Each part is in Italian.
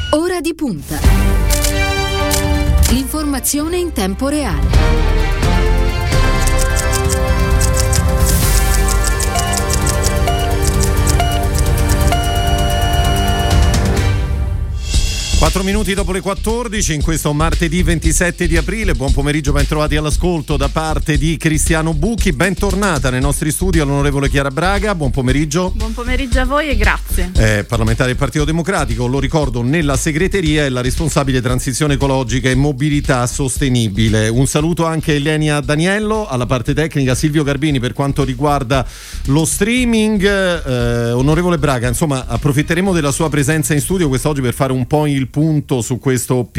Ora di punta. L'informazione in tempo reale. Quattro minuti dopo le 14, in questo martedì 27 di aprile. Buon pomeriggio, ben trovati all'ascolto da parte di Cristiano Bucchi. Bentornata nei nostri studi all'onorevole Chiara Braga. Buon pomeriggio. Buon pomeriggio a voi e grazie. Parlamentare del Partito Democratico, lo ricordo, nella segreteria è la responsabile transizione ecologica e mobilità sostenibile. Un saluto anche a Elenia Daniello, alla parte tecnica Silvio Garbini per quanto riguarda lo streaming. Onorevole Braga, insomma, approfitteremo della sua presenza in studio quest'oggi per fare un po' il punto su questo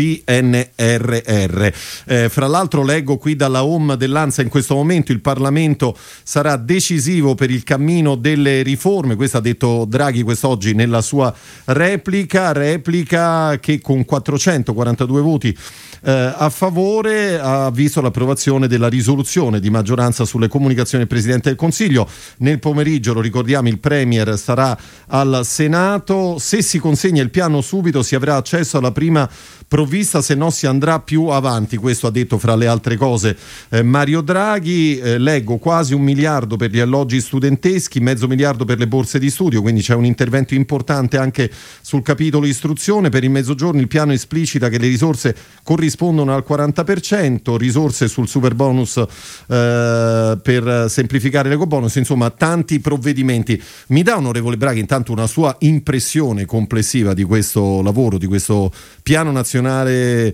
PNRR. Fra l'altro leggo qui dalla home dell'ANSA, in questo momento il Parlamento sarà decisivo per il cammino delle riforme, questo ha detto Draghi quest'oggi nella sua replica che con 442 voti a favore ha visto l'approvazione della risoluzione di maggioranza sulle comunicazioni del Presidente del Consiglio. Nel pomeriggio, lo ricordiamo, il Premier sarà al Senato. Se si consegna il piano subito si avrà accesso alla prima provvista, se no si andrà più avanti. Questo ha detto fra le altre cose Mario Draghi. Leggo quasi 1 miliardo per gli alloggi studenteschi, mezzo miliardo per le borse di studio, quindi c'è un intervento importante anche sul capitolo istruzione. Per il Mezzogiorno il piano esplicita che le risorse corrispondono al 40%, risorse sul super bonus per semplificare l'ecobonus, insomma tanti provvedimenti. Mi dà, onorevole Draghi, intanto una sua impressione complessiva di questo lavoro, di questo piano nazionale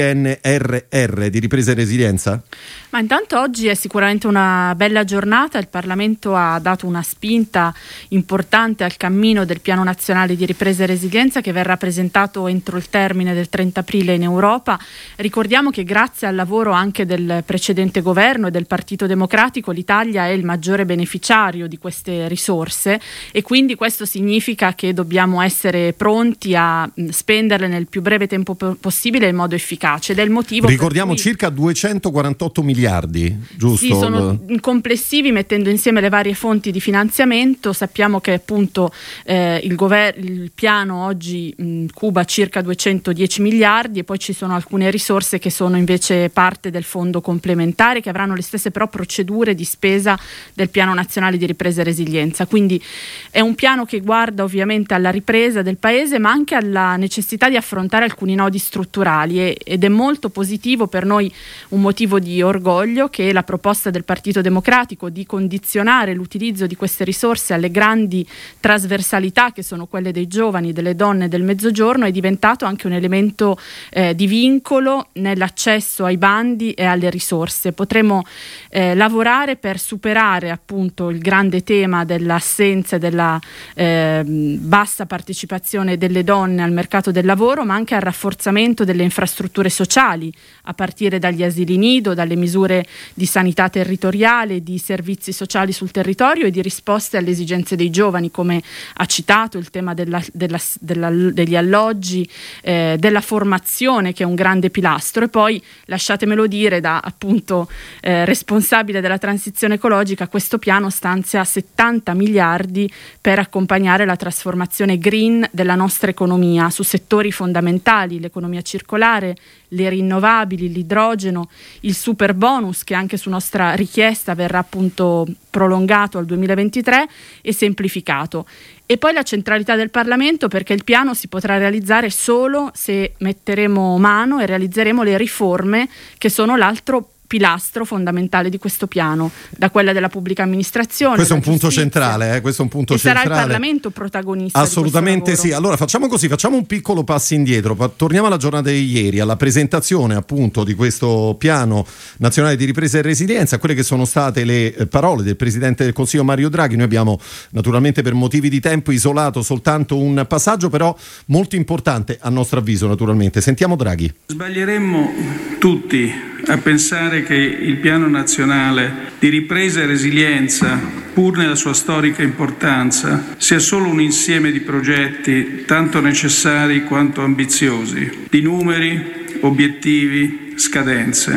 PNRR di ripresa e resilienza? Ma intanto oggi è sicuramente una bella giornata. Il Parlamento ha dato una spinta importante al cammino del piano nazionale di ripresa e resilienza che verrà presentato entro il termine del 30 aprile in Europa. Ricordiamo che grazie al lavoro anche del precedente governo e del Partito Democratico l'Italia è il maggiore beneficiario di queste risorse e quindi questo significa che dobbiamo essere pronti a spenderle nel più breve tempo possibile in modo efficace, ed è il motivo. Ricordiamo circa 248 miliardi, giusto? Sì, sono complessivi mettendo insieme le varie fonti di finanziamento. Sappiamo che appunto il piano oggi cuba circa 210 miliardi e poi ci sono alcune risorse che sono invece parte del fondo complementare, che avranno le stesse però procedure di spesa del piano nazionale di ripresa e resilienza. Quindi è un piano che guarda ovviamente alla ripresa del paese, ma anche alla necessità di affrontare alcuni nodi strutturali ed è molto positivo per noi, un motivo di orgoglio, che la proposta del Partito Democratico di condizionare l'utilizzo di queste risorse alle grandi trasversalità che sono quelle dei giovani, delle donne e del Mezzogiorno è diventato anche un elemento di vincolo nell'accesso ai bandi e alle risorse. Potremo lavorare per superare appunto il grande tema dell'assenza e della bassa partecipazione delle donne al mercato del lavoro, ma anche al rafforzamento delle infrastrutture sociali, a partire dagli asili nido, dalle misure di sanità territoriale, di servizi sociali sul territorio e di risposte alle esigenze dei giovani, come ha citato il tema degli alloggi, della formazione, che è un grande pilastro. E poi, lasciatemelo dire, da appunto responsabile della transizione ecologica, questo piano stanzia 70 miliardi per accompagnare la trasformazione green della nostra economia su settori fondamentali: l'economia circolare, le rinnovabili, l'idrogeno, il super bonus, che anche su nostra richiesta verrà appunto prolungato al 2023 e semplificato. E poi la centralità del Parlamento, perché il piano si potrà realizzare solo se metteremo mano e realizzeremo le riforme che sono l'altro pilastro fondamentale di questo piano, da quella della pubblica amministrazione. Questo è un punto centrale, questo è un punto centrale. Sarà il Parlamento protagonista. Assolutamente sì. Allora facciamo così, facciamo un piccolo passo indietro, torniamo alla giornata di ieri, alla presentazione appunto di questo piano nazionale di ripresa e resilienza, a quelle che sono state le parole del Presidente del Consiglio Mario Draghi. Noi abbiamo naturalmente per motivi di tempo isolato soltanto un passaggio, però molto importante a nostro avviso naturalmente. Sentiamo Draghi. Sbaglieremmo tutti a pensare che il piano nazionale di ripresa e resilienza, pur nella sua storica importanza, sia solo un insieme di progetti tanto necessari quanto ambiziosi, di numeri, obiettivi, scadenze.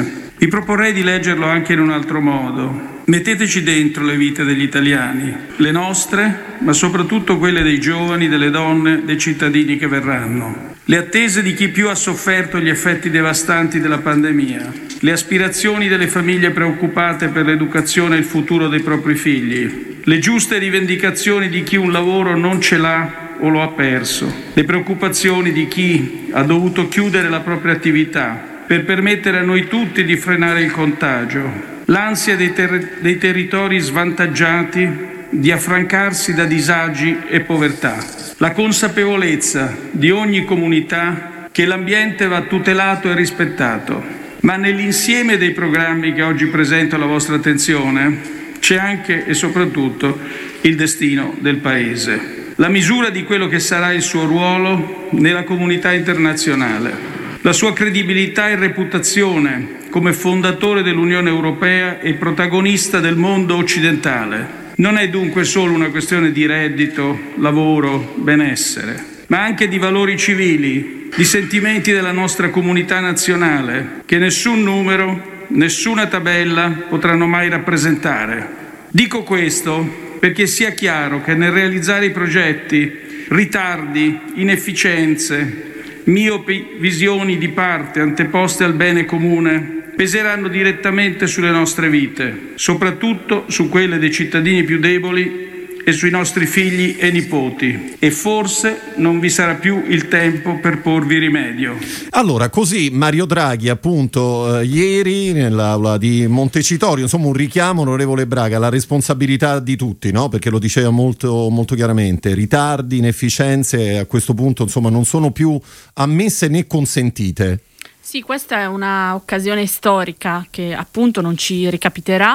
Vi proporrei di leggerlo anche in un altro modo. Metteteci dentro le vite degli italiani, le nostre, ma soprattutto quelle dei giovani, delle donne, dei cittadini che verranno. Le attese di chi più ha sofferto gli effetti devastanti della pandemia, le aspirazioni delle famiglie preoccupate per l'educazione e il futuro dei propri figli, le giuste rivendicazioni di chi un lavoro non ce l'ha o lo ha perso, le preoccupazioni di chi ha dovuto chiudere la propria attività per permettere a noi tutti di frenare il contagio, l'ansia dei territori svantaggiati di affrancarsi da disagi e povertà, la consapevolezza di ogni comunità che l'ambiente va tutelato e rispettato. Ma nell'insieme dei programmi che oggi presento alla vostra attenzione c'è anche e soprattutto il destino del Paese, la misura di quello che sarà il suo ruolo nella comunità internazionale, la sua credibilità e reputazione come fondatore dell'Unione Europea e protagonista del mondo occidentale. Non è dunque solo una questione di reddito, lavoro, benessere, ma anche di valori civili, di sentimenti della nostra comunità nazionale che nessun numero, nessuna tabella potranno mai rappresentare. Dico questo perché sia chiaro che nel realizzare i progetti, ritardi, inefficienze, miopi visioni di parte anteposte al bene comune peseranno direttamente sulle nostre vite, soprattutto su quelle dei cittadini più deboli e sui nostri figli e nipoti, e forse non vi sarà più il tempo per porvi rimedio. Allora, così Mario Draghi, appunto, ieri nell'aula di Montecitorio, insomma un richiamo, onorevole Braga, alla responsabilità di tutti, no? Perché lo diceva molto, molto chiaramente, ritardi, inefficienze a questo punto insomma non sono più ammesse né consentite. Sì, questa è una occasione storica che appunto non ci ricapiterà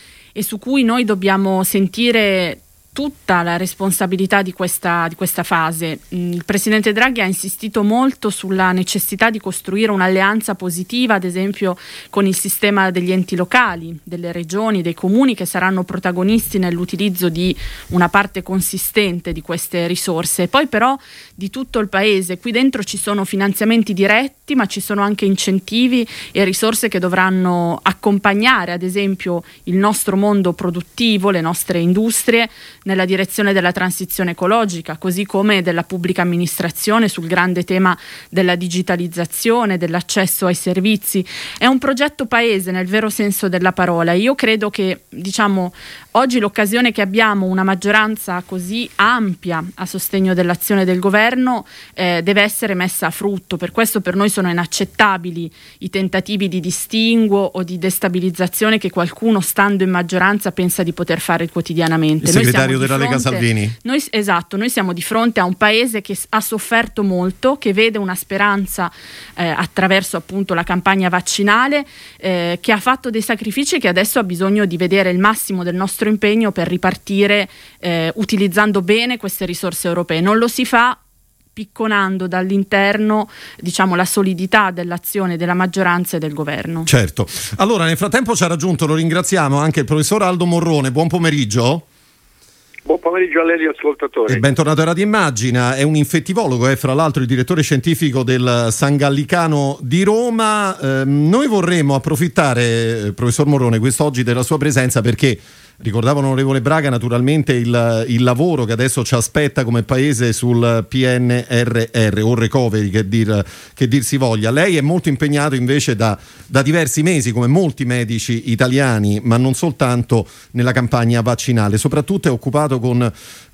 e su cui noi dobbiamo sentire tutta la responsabilità di questa fase. Il Presidente Draghi ha insistito molto sulla necessità di costruire un'alleanza positiva, ad esempio con il sistema degli enti locali, delle regioni, dei comuni, che saranno protagonisti nell'utilizzo di una parte consistente di queste risorse. E poi però di tutto il Paese. Qui dentro ci sono finanziamenti diretti, ma ci sono anche incentivi e risorse che dovranno accompagnare, ad esempio, il nostro mondo produttivo, le nostre industrie, nella direzione della transizione ecologica, così come della pubblica amministrazione sul grande tema della digitalizzazione, dell'accesso ai servizi. È un progetto paese nel vero senso della parola. Io credo che, oggi l'occasione che abbiamo, una maggioranza così ampia a sostegno dell'azione del governo, deve essere messa a frutto. Per questo per noi sono inaccettabili i tentativi di distinguo o di destabilizzazione che qualcuno, stando in maggioranza, pensa di poter fare quotidianamente. Il segretario della Lega Salvini. Noi siamo di fronte a un paese che ha sofferto molto, che vede una speranza attraverso appunto la campagna vaccinale, che ha fatto dei sacrifici e che adesso ha bisogno di vedere il massimo del nostro impegno per ripartire utilizzando bene queste risorse europee. Non lo si fa picconando dall'interno la solidità dell'azione della maggioranza e del governo. Certo. Allora, nel frattempo ci ha raggiunto, lo ringraziamo, anche il professor Aldo Morrone. Buon pomeriggio. Buon pomeriggio a lei, ascoltatori. E bentornato a Radio Immagina. È un infettivologo, è fra l'altro il direttore scientifico del San Gallicano di Roma. Noi vorremmo approfittare, professor Morrone, quest'oggi della sua presenza, perché ricordava l'onorevole Braga naturalmente il lavoro che adesso ci aspetta come paese sul PNRR o recovery, che dir si voglia. Lei è molto impegnato invece da diversi mesi, come molti medici italiani, ma non soltanto, nella campagna vaccinale. Soprattutto è occupato col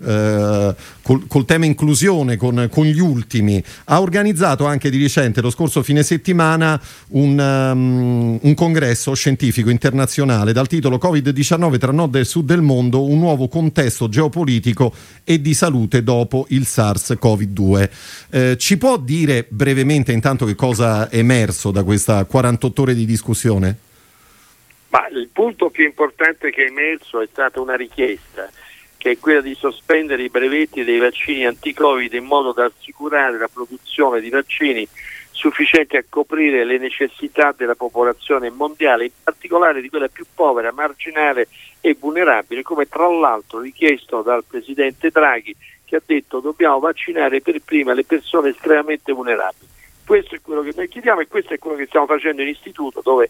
tema inclusione, con gli ultimi. Ha organizzato anche di recente, lo scorso fine settimana, un congresso scientifico internazionale dal titolo Covid-19 tra nord e sud del mondo, un nuovo contesto geopolitico e di salute dopo il SARS-CoV-2. Ci può dire brevemente intanto che cosa è emerso da questa 48 ore di discussione? Ma il punto più importante che è emerso è stata una richiesta, che è quella di sospendere i brevetti dei vaccini anti-Covid in modo da assicurare la produzione di vaccini sufficienti a coprire le necessità della popolazione mondiale, in particolare di quella più povera, marginale e vulnerabile, come tra l'altro richiesto dal Presidente Draghi, che ha detto dobbiamo vaccinare per prima le persone estremamente vulnerabili. Questo è quello che noi chiediamo e questo è quello che stiamo facendo in istituto, dove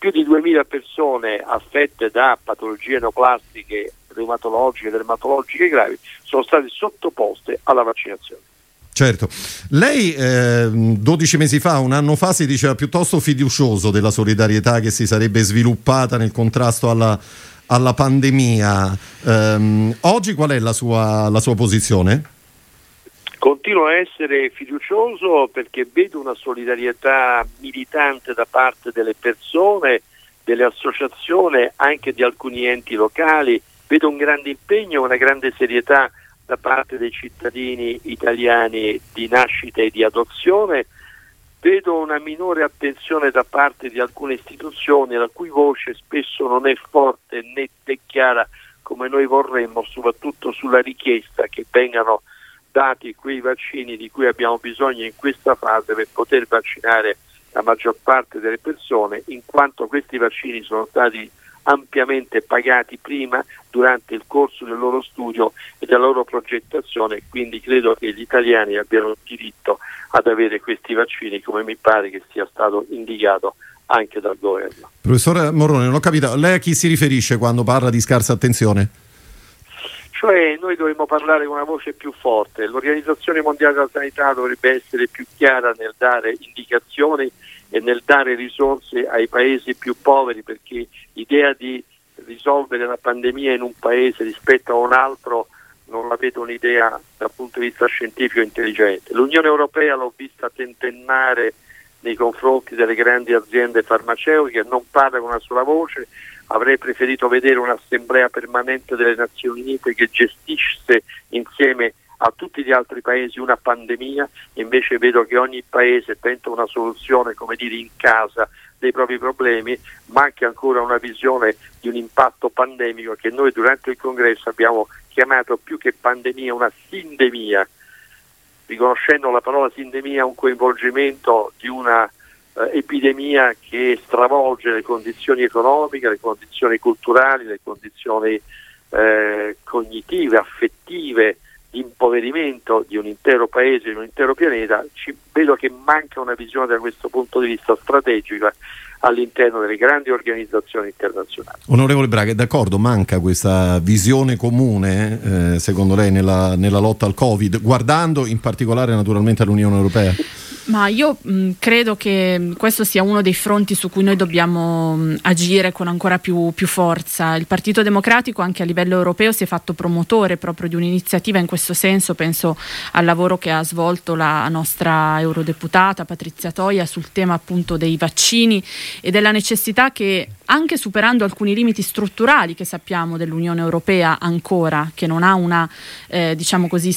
più di 2000 persone affette da patologie neoplastiche, reumatologiche, dermatologiche gravi sono state sottoposte alla vaccinazione. Certo, lei 12 mesi fa, un anno fa, si diceva piuttosto fiducioso della solidarietà che si sarebbe sviluppata nel contrasto alla pandemia. Oggi qual è la sua posizione? Continuo a essere fiducioso perché vedo una solidarietà militante da parte delle persone, delle associazioni, anche di alcuni enti locali, vedo un grande impegno, una grande serietà da parte dei cittadini italiani di nascita e di adozione, vedo una minore attenzione da parte di alcune istituzioni la cui voce spesso non è forte, netta e chiara come noi vorremmo, soprattutto sulla richiesta che vengano dati quei vaccini di cui abbiamo bisogno in questa fase per poter vaccinare la maggior parte delle persone, in quanto questi vaccini sono stati ampiamente pagati prima, durante il corso del loro studio e della loro progettazione, quindi credo che gli italiani abbiano diritto ad avere questi vaccini, come mi pare che sia stato indicato anche dal governo. Professore Morrone, non ho capito, lei a chi si riferisce quando parla di scarsa attenzione? Cioè noi dovremmo parlare con una voce più forte, l'Organizzazione Mondiale della Sanità dovrebbe essere più chiara nel dare indicazioni e nel dare risorse ai paesi più poveri, perché l'idea di risolvere la pandemia in un paese rispetto a un altro non la vedo un'idea dal punto di vista scientifico intelligente. L'Unione Europea l'ho vista tentennare nei confronti delle grandi aziende farmaceutiche, non parla con una sola voce. Avrei preferito vedere un'assemblea permanente delle Nazioni Unite che gestisse insieme a tutti gli altri paesi una pandemia, invece vedo che ogni paese tenta una soluzione, come dire, in casa dei propri problemi, manca ancora una visione di un impatto pandemico che noi durante il congresso abbiamo chiamato più che pandemia una sindemia, riconoscendo la parola sindemia un coinvolgimento di una epidemia che stravolge le condizioni economiche, le condizioni culturali, le condizioni cognitive, affettive, di impoverimento di un intero paese, di un intero pianeta. Vedo che manca una visione da questo punto di vista strategica all'interno delle grandi organizzazioni internazionali. Onorevole Braga, è d'accordo, manca questa visione comune secondo lei nella lotta al Covid, guardando in particolare naturalmente all'Unione Europea? Ma io credo che questo sia uno dei fronti su cui noi dobbiamo agire con ancora più forza. Il Partito Democratico anche a livello europeo si è fatto promotore proprio di un'iniziativa in questo senso, penso al lavoro che ha svolto la nostra eurodeputata Patrizia Toia sul tema appunto dei vaccini e della necessità che, anche superando alcuni limiti strutturali che sappiamo dell'Unione Europea ancora, che non ha una diciamo così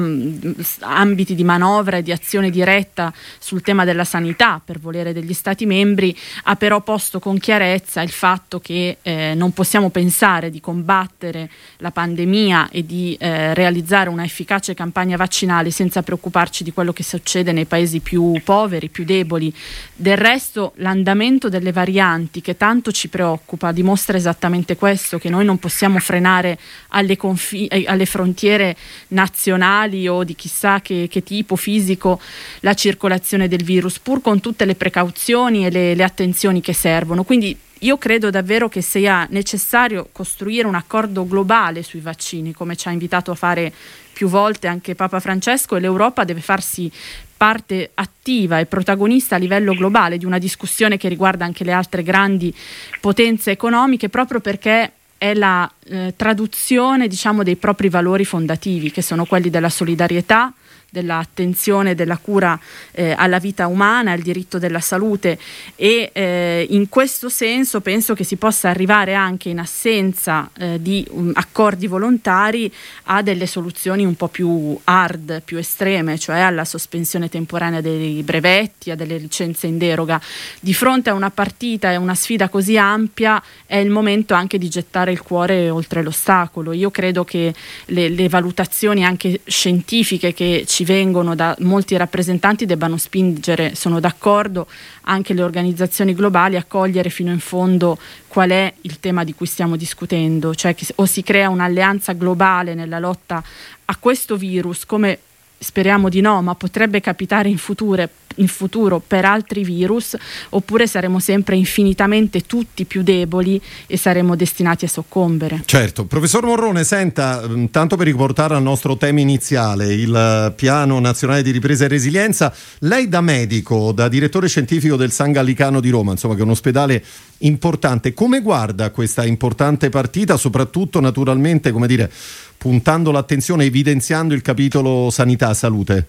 ambiti di manovra e di azione diretta sul tema della sanità per volere degli Stati membri, ha però posto con chiarezza il fatto che non possiamo pensare di combattere la pandemia e di realizzare una efficace campagna vaccinale senza preoccuparci di quello che succede nei paesi più poveri, più deboli. Del resto l'andamento delle varianti che tanto ci preoccupa dimostra esattamente questo, che noi non possiamo frenare alle frontiere nazionali o di chissà che tipo fisico la circolazione del virus, pur con tutte le precauzioni e le attenzioni che servono. Quindi io credo davvero che sia necessario costruire un accordo globale sui vaccini, come ci ha invitato a fare più volte anche Papa Francesco, e l'Europa deve farsi parte attiva e protagonista a livello globale di una discussione che riguarda anche le altre grandi potenze economiche, proprio perché è la traduzione, diciamo, dei propri valori fondativi, che sono quelli della solidarietà, dell'attenzione, della cura alla vita umana, al diritto della salute, e in questo senso penso che si possa arrivare anche in assenza di accordi volontari a delle soluzioni un po' più hard, più estreme, cioè alla sospensione temporanea dei brevetti, a delle licenze in deroga. Di fronte a una partita e una sfida così ampia è il momento anche di gettare il cuore oltre l'ostacolo. Io credo che le valutazioni anche scientifiche che ci vengono da molti rappresentanti debbano spingere, sono d'accordo, anche le organizzazioni globali a cogliere fino in fondo qual è il tema di cui stiamo discutendo, cioè che o si crea un'alleanza globale nella lotta a questo virus, come speriamo di no, ma potrebbe capitare in futuro per altri virus, oppure saremo sempre infinitamente tutti più deboli e saremo destinati a soccombere. Certo. Professor Morrone, senta, tanto per riportare al nostro tema iniziale, il Piano Nazionale di Ripresa e Resilienza, lei da medico, da direttore scientifico del San Gallicano di Roma, insomma che è un ospedale importante, come guarda questa importante partita, soprattutto naturalmente, come dire, puntando l'attenzione, evidenziando il capitolo sanità, salute?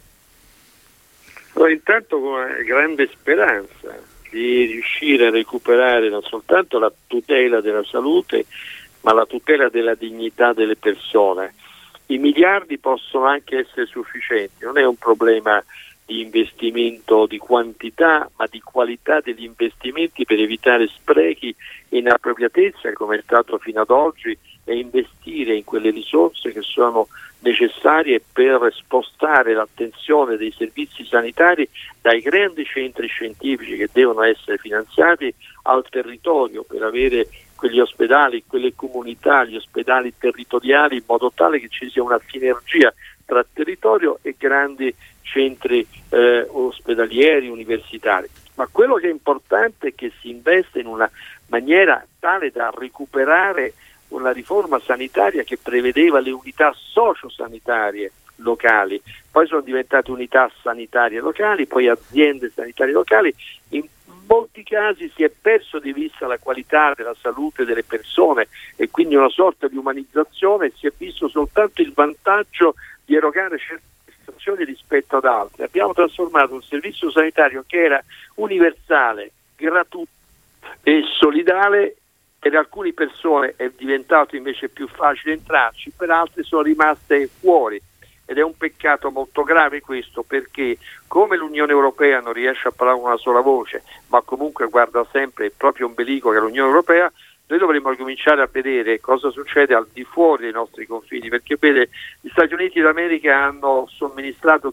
Intanto con una grande speranza di riuscire a recuperare non soltanto la tutela della salute, ma la tutela della dignità delle persone. I miliardi possono anche essere sufficienti, non è un problema di investimento di quantità, ma di qualità degli investimenti per evitare sprechi e inappropriatezza, come è stato fino ad oggi, e investire in quelle risorse che sono necessarie per spostare l'attenzione dei servizi sanitari dai grandi centri scientifici che devono essere finanziati al territorio, per avere quegli ospedali, quelle comunità, gli ospedali territoriali, in modo tale che ci sia una sinergia tra territorio e grandi centri ospedalieri, universitari. Ma quello che è importante è che si investe in una maniera tale da recuperare una riforma sanitaria che prevedeva le unità sociosanitarie locali, poi sono diventate unità sanitarie locali, poi aziende sanitarie locali. In molti casi si è perso di vista la qualità della salute delle persone e quindi una sorta di umanizzazione, si è visto soltanto il vantaggio di erogare certe prestazioni rispetto ad altre. Abbiamo trasformato un servizio sanitario che era universale, gratuito e solidale. Per alcune persone è diventato invece più facile entrarci, per altre sono rimaste fuori, ed è un peccato molto grave questo, perché come l'Unione Europea non riesce a parlare con una sola voce, ma comunque guarda sempre il proprio ombelico che è l'Unione Europea, noi dovremmo cominciare a vedere cosa succede al di fuori dei nostri confini, perché vede, gli Stati Uniti d'America hanno somministrato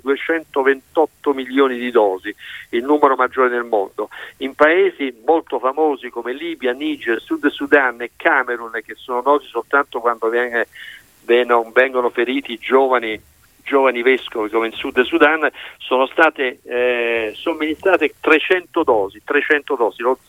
228 milioni di dosi, il numero maggiore nel mondo, in paesi molto famosi come Libia, Niger, Sud Sudan e Camerun, che sono noti soltanto quando vengono feriti giovani vescovi, come in Sud Sudan, sono state somministrate 300 dosi, lo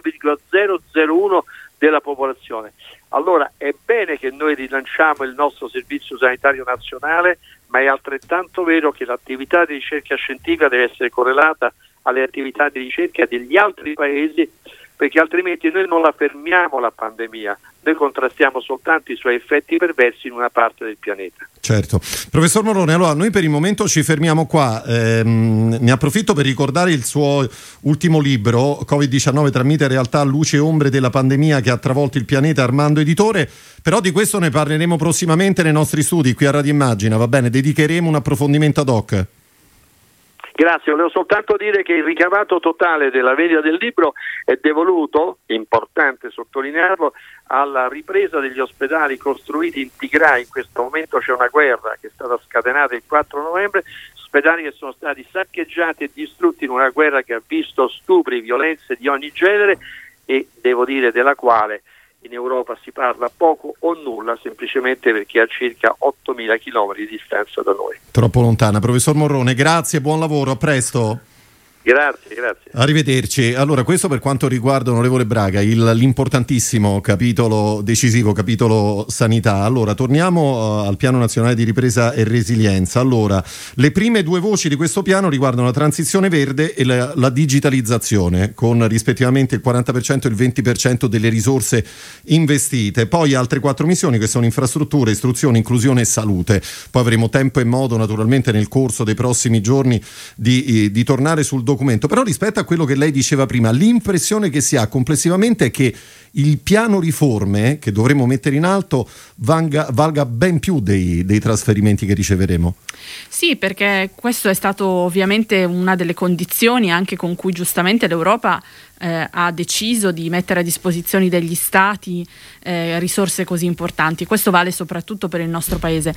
0,001 della popolazione. Allora è bene che noi rilanciamo il nostro servizio sanitario nazionale, ma è altrettanto vero che l'attività di ricerca scientifica deve essere correlata alle attività di ricerca degli altri paesi, perché altrimenti noi non la fermiamo la pandemia, noi contrastiamo soltanto i suoi effetti perversi in una parte del pianeta. Certo. Professor Morrone, allora noi per il momento ci fermiamo qua, ne approfitto per ricordare il suo ultimo libro, Covid-19 tra mite e realtà, luci e ombre della pandemia che ha travolto il pianeta, Armando Editore, però di questo ne parleremo prossimamente nei nostri studi qui a Radio Immagina, va bene? Dedicheremo un approfondimento ad hoc. Grazie, volevo soltanto dire che il ricavato totale della vendita del libro è devoluto, importante sottolinearlo, alla ripresa degli ospedali costruiti in Tigray. In questo momento c'è una guerra che è stata scatenata il 4 novembre, ospedali che sono stati saccheggiati e distrutti in una guerra che ha visto stupri, violenze di ogni genere e devo dire della quale in Europa si parla poco o nulla, semplicemente perché è a circa 8.000 chilometri di distanza da noi. Troppo lontana. Professor Morrone, grazie, buon lavoro, a presto. Grazie. Arrivederci. Allora, questo per quanto riguarda onorevole Braga, l'importantissimo capitolo decisivo, capitolo sanità. Allora, torniamo al Piano Nazionale di Ripresa e Resilienza. Allora, le prime due voci di questo piano riguardano la transizione verde e la digitalizzazione, con rispettivamente il 40% e il 20% delle risorse investite. Poi altre 4 missioni che sono infrastrutture, istruzione, inclusione e salute. Poi avremo tempo e modo naturalmente nel corso dei prossimi giorni di tornare sul documento, però rispetto a quello che lei diceva prima, l'impressione che si ha complessivamente è che il piano riforme che dovremo mettere in alto valga ben più dei trasferimenti che riceveremo. Sì, perché questo è stato ovviamente una delle condizioni anche con cui giustamente l'Europa ha deciso di mettere a disposizione degli stati risorse così importanti. Questo vale soprattutto per il nostro paese.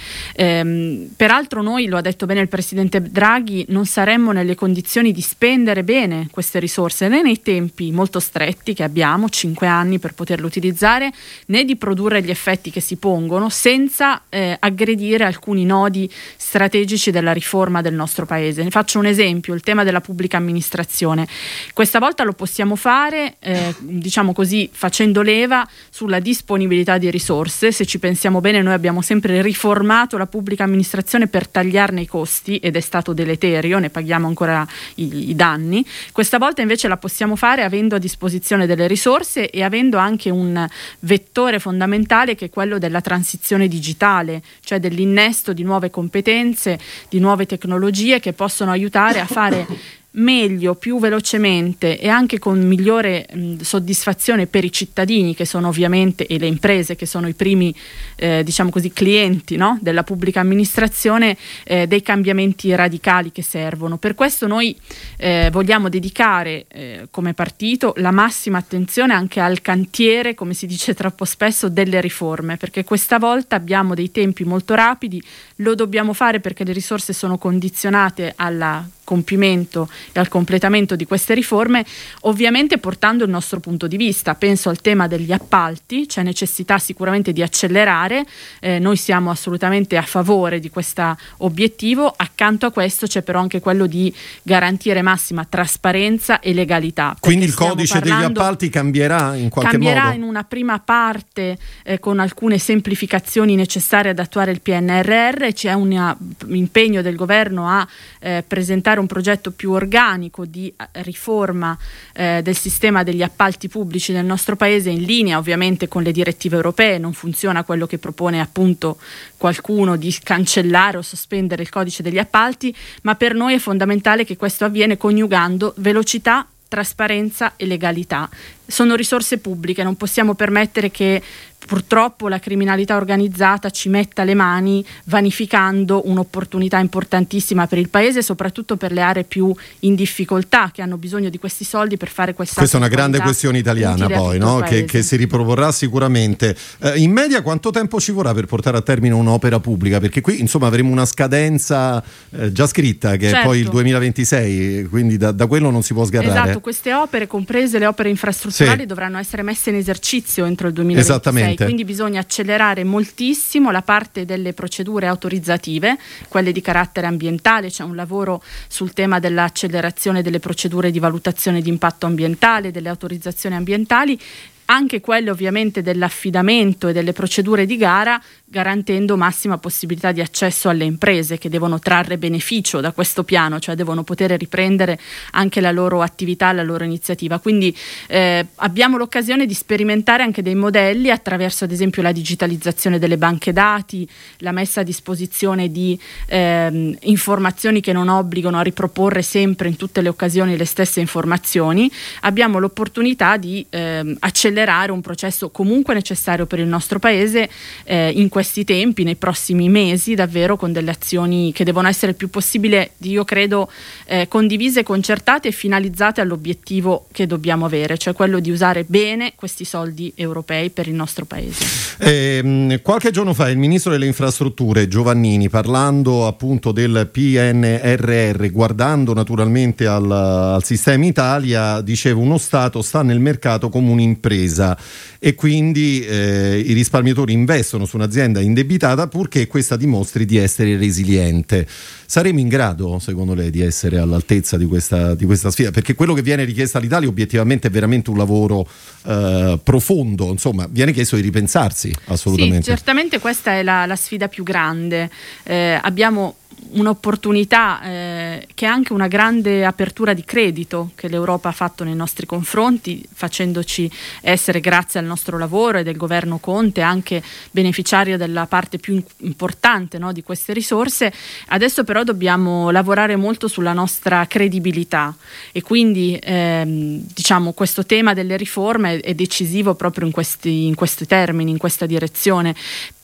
Peraltro noi, lo ha detto bene il Presidente Draghi, non saremmo nelle condizioni di spendere bene queste risorse né nei tempi molto stretti che abbiamo, 5 anni per poterle utilizzare, né di produrre gli effetti che si pongono senza aggredire alcuni nodi strategici della riforma del nostro paese. Ne faccio un esempio: il tema della pubblica amministrazione. Questa volta lo possiamo fare, diciamo così, facendo leva sulla disponibilità di risorse. Se ci pensiamo bene, noi abbiamo sempre riformato la pubblica amministrazione per tagliarne i costi ed è stato deleterio, ne paghiamo ancora i danni. Questa volta invece la possiamo fare avendo a disposizione delle risorse e avendo anche un vettore fondamentale che è quello della transizione digitale, cioè dell'innesto di nuove competenze, di nuove tecnologie che possono aiutare a fare meglio, più velocemente e anche con migliore soddisfazione per i cittadini, che sono ovviamente, e le imprese, che sono i primi diciamo così clienti, no? della pubblica amministrazione, dei cambiamenti radicali che servono. Per questo noi vogliamo dedicare come partito la massima attenzione anche al cantiere, come si dice troppo spesso, delle riforme, perché questa volta abbiamo dei tempi molto rapidi. Lo dobbiamo fare perché le risorse sono condizionate al compimento e al completamento di queste riforme, ovviamente portando il nostro punto di vista. Penso al tema degli appalti, c'è necessità sicuramente di accelerare, noi siamo assolutamente a favore di questo obiettivo. Accanto a questo c'è però anche quello di garantire massima trasparenza e legalità. Quindi il codice degli appalti cambierà in qualche modo? Cambierà in una prima parte con alcune semplificazioni necessarie ad attuare il PNRR. C'è un impegno del governo a presentare un progetto più organico di riforma del sistema degli appalti pubblici nel nostro paese, in linea ovviamente con le direttive europee. Non funziona quello che propone appunto qualcuno di cancellare o sospendere il codice degli appalti, ma per noi è fondamentale che questo avviene coniugando velocità, trasparenza e legalità. Sono risorse pubbliche, non possiamo permettere che purtroppo la criminalità organizzata ci metta le mani vanificando un'opportunità importantissima per il paese, soprattutto per le aree più in difficoltà, che hanno bisogno di questi soldi per fare questa è una grande questione italiana, poi, no? che si riproporrà sicuramente. In media quanto tempo ci vorrà per portare a termine un'opera pubblica? Perché qui insomma avremo una scadenza già scritta, che è poi il 2026, quindi da quello non si può sgarrare. Esatto, queste opere, comprese le opere infrastrutturali, dovranno essere messe in esercizio entro il 2026. Esattamente. Quindi bisogna accelerare moltissimo la parte delle procedure autorizzative, quelle di carattere ambientale. C'è un lavoro sul tema dell'accelerazione delle procedure di valutazione di impatto ambientale, delle autorizzazioni ambientali, anche quelle ovviamente dell'affidamento e delle procedure di gara, garantendo massima possibilità di accesso alle imprese che devono trarre beneficio da questo piano, cioè devono poter riprendere anche la loro attività, la loro iniziativa. Quindi abbiamo l'occasione di sperimentare anche dei modelli attraverso ad esempio la digitalizzazione delle banche dati, la messa a disposizione di informazioni che non obbligano a riproporre sempre in tutte le occasioni le stesse informazioni. Abbiamo l'opportunità di accelerare un processo comunque necessario per il nostro paese in questi tempi, nei prossimi mesi, davvero con delle azioni che devono essere il più possibile, io credo, condivise, concertate e finalizzate all'obiettivo che dobbiamo avere, cioè quello di usare bene questi soldi europei per il nostro paese. Qualche giorno fa il ministro delle infrastrutture Giovannini, parlando appunto del PNRR, guardando naturalmente al sistema Italia, diceva: uno Stato sta nel mercato come un'impresa e quindi i risparmiatori investono su un'azienda indebitata purché questa dimostri di essere resiliente. Saremo in grado, secondo lei, di essere all'altezza di questa sfida? Perché quello che viene richiesto all'Italia obiettivamente è veramente un lavoro profondo, insomma, viene chiesto di ripensarsi assolutamente. Sì, certamente questa è la sfida più grande. Abbiamo un'opportunità che è anche una grande apertura di credito che l'Europa ha fatto nei nostri confronti, facendoci essere, grazie al nostro lavoro e del governo Conte, anche beneficiario della parte più importante, no, di queste risorse. Adesso però dobbiamo lavorare molto sulla nostra credibilità e quindi diciamo questo tema delle riforme è decisivo proprio in questi termini, in questa direzione.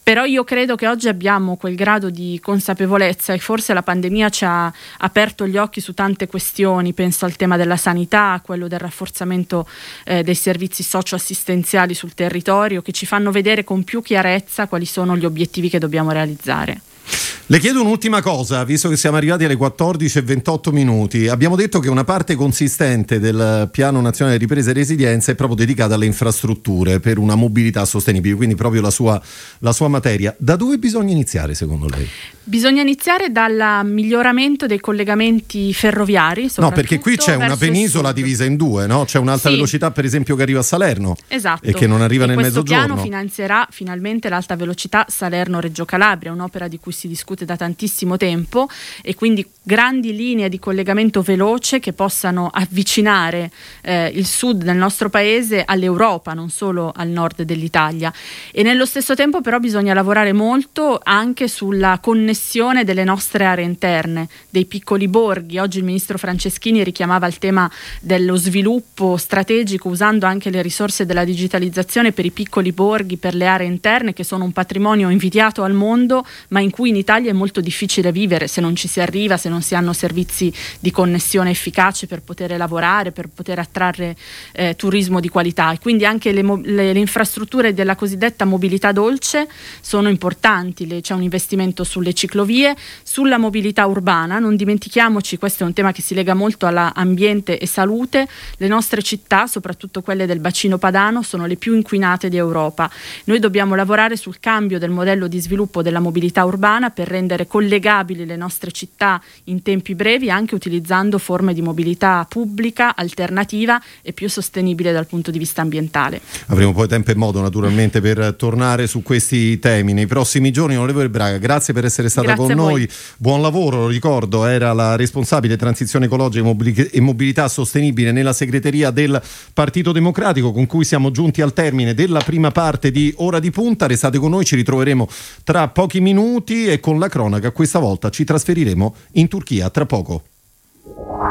Però io credo che oggi abbiamo quel grado di consapevolezza, e forse la pandemia ci ha aperto gli occhi su tante questioni. Penso al tema della sanità, a quello del rafforzamento dei servizi socioassistenziali sul territorio, che ci fanno vedere con più chiarezza quali sono gli obiettivi che dobbiamo realizzare. Le chiedo un'ultima cosa, visto che siamo arrivati alle 14:28 minuti. Abbiamo detto che una parte consistente del Piano Nazionale di Ripresa e Resilienza è proprio dedicata alle infrastrutture per una mobilità sostenibile, quindi proprio la sua materia. Da dove bisogna iniziare secondo lei? Bisogna iniziare dal miglioramento dei collegamenti ferroviari. No, perché qui c'è una penisola divisa in due, no? C'è un'alta velocità, per esempio, che arriva a Salerno, esatto, e che non arriva nel mezzogiorno. Questo piano finanzierà finalmente l'alta velocità Salerno-Reggio Calabria, un'opera di cui si discute da tantissimo tempo, e quindi grandi linee di collegamento veloce che possano avvicinare il sud del nostro paese all'Europa, non solo al nord dell'Italia. E nello stesso tempo però bisogna lavorare molto anche sulla connessione delle nostre aree interne, dei piccoli borghi. Oggi il ministro Franceschini richiamava il tema dello sviluppo strategico, usando anche le risorse della digitalizzazione per i piccoli borghi, per le aree interne, che sono un patrimonio invidiato al mondo, ma in cui in Italia è molto difficile vivere se non ci si arriva, se non si hanno servizi di connessione efficaci per poter lavorare, per poter attrarre turismo di qualità. E quindi anche le infrastrutture della cosiddetta mobilità dolce sono importanti. C'è un investimento sulle ciclovie, sulla mobilità urbana. Non dimentichiamoci, questo è un tema che si lega molto all'ambiente e salute. Le nostre città, soprattutto quelle del bacino padano, sono le più inquinate d'Europa. Noi dobbiamo lavorare sul cambio del modello di sviluppo della mobilità urbana per rendere collegabili le nostre città in tempi brevi, anche utilizzando forme di mobilità pubblica, alternativa e più sostenibile dal punto di vista ambientale. Avremo poi tempo e modo naturalmente per tornare su questi temi nei prossimi giorni. Onorevole Braga, grazie per essere stata con noi. Buon lavoro, lo ricordo, era la responsabile transizione ecologica e mobilità sostenibile nella segreteria del Partito Democratico, con cui siamo giunti al termine della prima parte di Ora di Punta. Restate con noi, ci ritroveremo tra pochi minuti e con la cronaca. Questa volta ci trasferiremo in Turchia, tra poco.